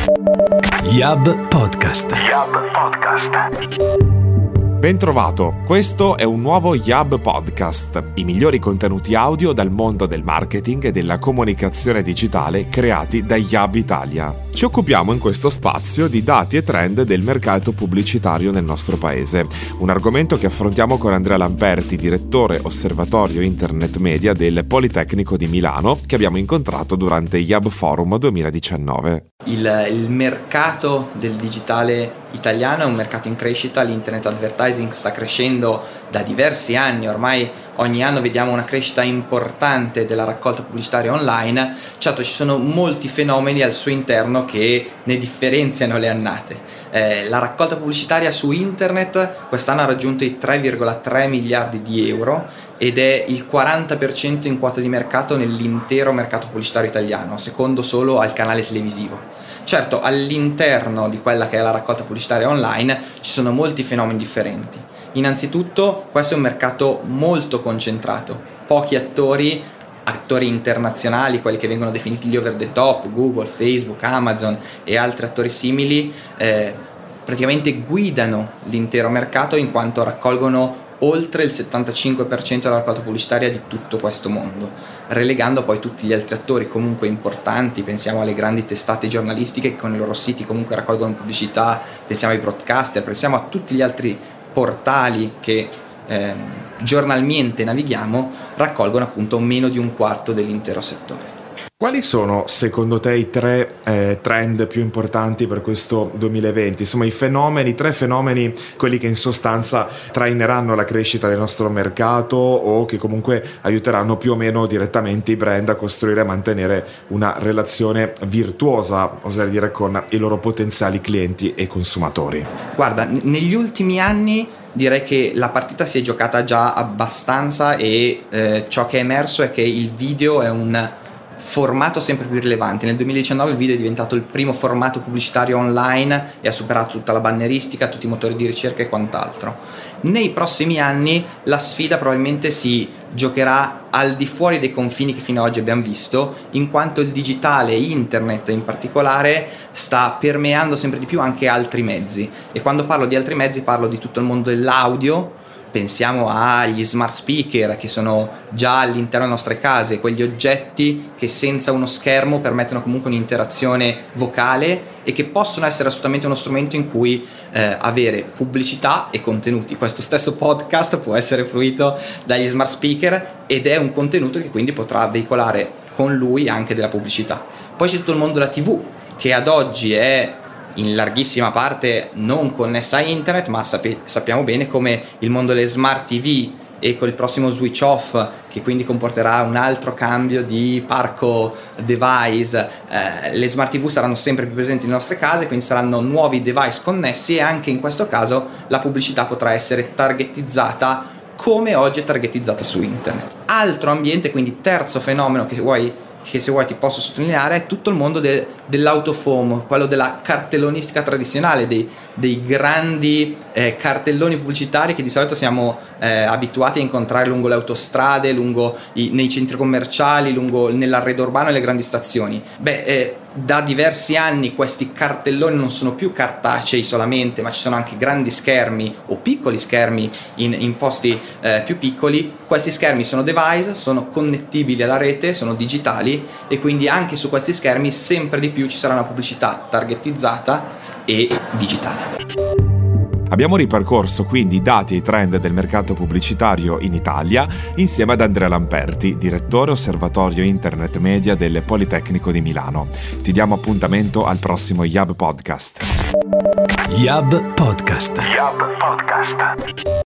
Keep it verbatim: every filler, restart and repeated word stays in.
Yab Podcast. Yab Podcast. Ben trovato, questo è un nuovo Yab Podcast, i migliori contenuti audio dal mondo del marketing e della comunicazione digitale creati da Yab Italia. Ci occupiamo in questo spazio di dati e trend del mercato pubblicitario nel nostro paese, un argomento che affrontiamo con Andrea Lamperti, direttore osservatorio Internet Media del Politecnico di Milano, che abbiamo incontrato durante Yab Forum duemiladiciannove. Il, il mercato del digitale italiano è un mercato in crescita, l'internet advertising sta crescendo da diversi anni, ormai ogni anno vediamo una crescita importante della raccolta pubblicitaria online. Certo, ci sono molti fenomeni al suo interno che ne differenziano le annate. Eh, la raccolta pubblicitaria su internet quest'anno ha raggiunto i tre virgola tre miliardi di euro ed è il quaranta per cento in quota di mercato nell'intero mercato pubblicitario italiano, secondo solo al canale televisivo. Certo, all'interno di quella che è la raccolta pubblicitaria online ci sono molti fenomeni differenti. Innanzitutto, questo è un mercato molto concentrato, pochi attori, attori internazionali, quelli che vengono definiti gli over the top, Google, Facebook, Amazon e altri attori simili, eh, praticamente guidano l'intero mercato in quanto raccolgono oltre il settantacinque per cento della raccolta pubblicitaria di tutto questo mondo, relegando poi tutti gli altri attori comunque importanti. Pensiamo alle grandi testate giornalistiche che con i loro siti comunque raccolgono pubblicità, pensiamo ai broadcaster, pensiamo a tutti gli altri portali che eh, giornalmente navighiamo, raccolgono appunto meno di un quarto dell'intero settore. Quali sono secondo te i tre eh, trend più importanti per questo duemilaventi? Insomma, i fenomeni, tre fenomeni, quelli che in sostanza traineranno la crescita del nostro mercato o che comunque aiuteranno più o meno direttamente i brand a costruire e mantenere una relazione virtuosa, oserei dire, con i loro potenziali clienti e consumatori. Guarda, n- negli ultimi anni direi che la partita si è giocata già abbastanza e eh, ciò che è emerso è che il video è un formato sempre più rilevante. Nel duemiladiciannove il video è diventato il primo formato pubblicitario online e ha superato tutta la banneristica, tutti i motori di ricerca e quant'altro. Nei prossimi anni la sfida probabilmente si giocherà al di fuori dei confini che fino ad oggi abbiamo visto, in quanto il digitale, internet in particolare, sta permeando sempre di più anche altri mezzi. E quando parlo di altri mezzi parlo di tutto il mondo dell'audio. Pensiamo agli smart speaker che sono già all'interno delle nostre case, quegli oggetti che senza uno schermo permettono comunque un'interazione vocale e che possono essere assolutamente uno strumento in cui eh, avere pubblicità e contenuti. Questo stesso podcast può essere fruito dagli smart speaker ed è un contenuto che quindi potrà veicolare con lui anche della pubblicità. Poi c'è tutto il mondo della tivù, che ad oggi è in larghissima parte non connessa a internet, ma sape- sappiamo bene come il mondo delle smart tivù e con il prossimo switch off, che quindi comporterà un altro cambio di parco device, eh, le smart tivù saranno sempre più presenti nelle nostre case, quindi saranno nuovi device connessi e anche in questo caso la pubblicità potrà essere targetizzata come oggi è targetizzata su internet. Altro ambiente, quindi terzo fenomeno che vuoi che se vuoi ti posso sottolineare, è tutto il mondo de, dell'autofoam, quello della cartellonistica tradizionale, dei, dei grandi eh, cartelloni pubblicitari che di solito siamo eh, abituati a incontrare lungo le autostrade, lungo i, nei centri commerciali, lungo nell'arredo urbano e le grandi stazioni. Beh, eh, da diversi anni questi cartelloni non sono più cartacei solamente, ma ci sono anche grandi schermi o piccoli schermi in, in posti eh, più piccoli. Questi schermi sono device, sono connettibili alla rete, sono digitali e quindi anche su questi schermi sempre di più ci sarà una pubblicità targetizzata e digitale. Abbiamo ripercorso quindi i dati e i trend del mercato pubblicitario in Italia insieme ad Andrea Lamperti, direttore osservatorio Internet Media del Politecnico di Milano. Ti diamo appuntamento al prossimo Yab Podcast. Yab Podcast. Yab Podcast.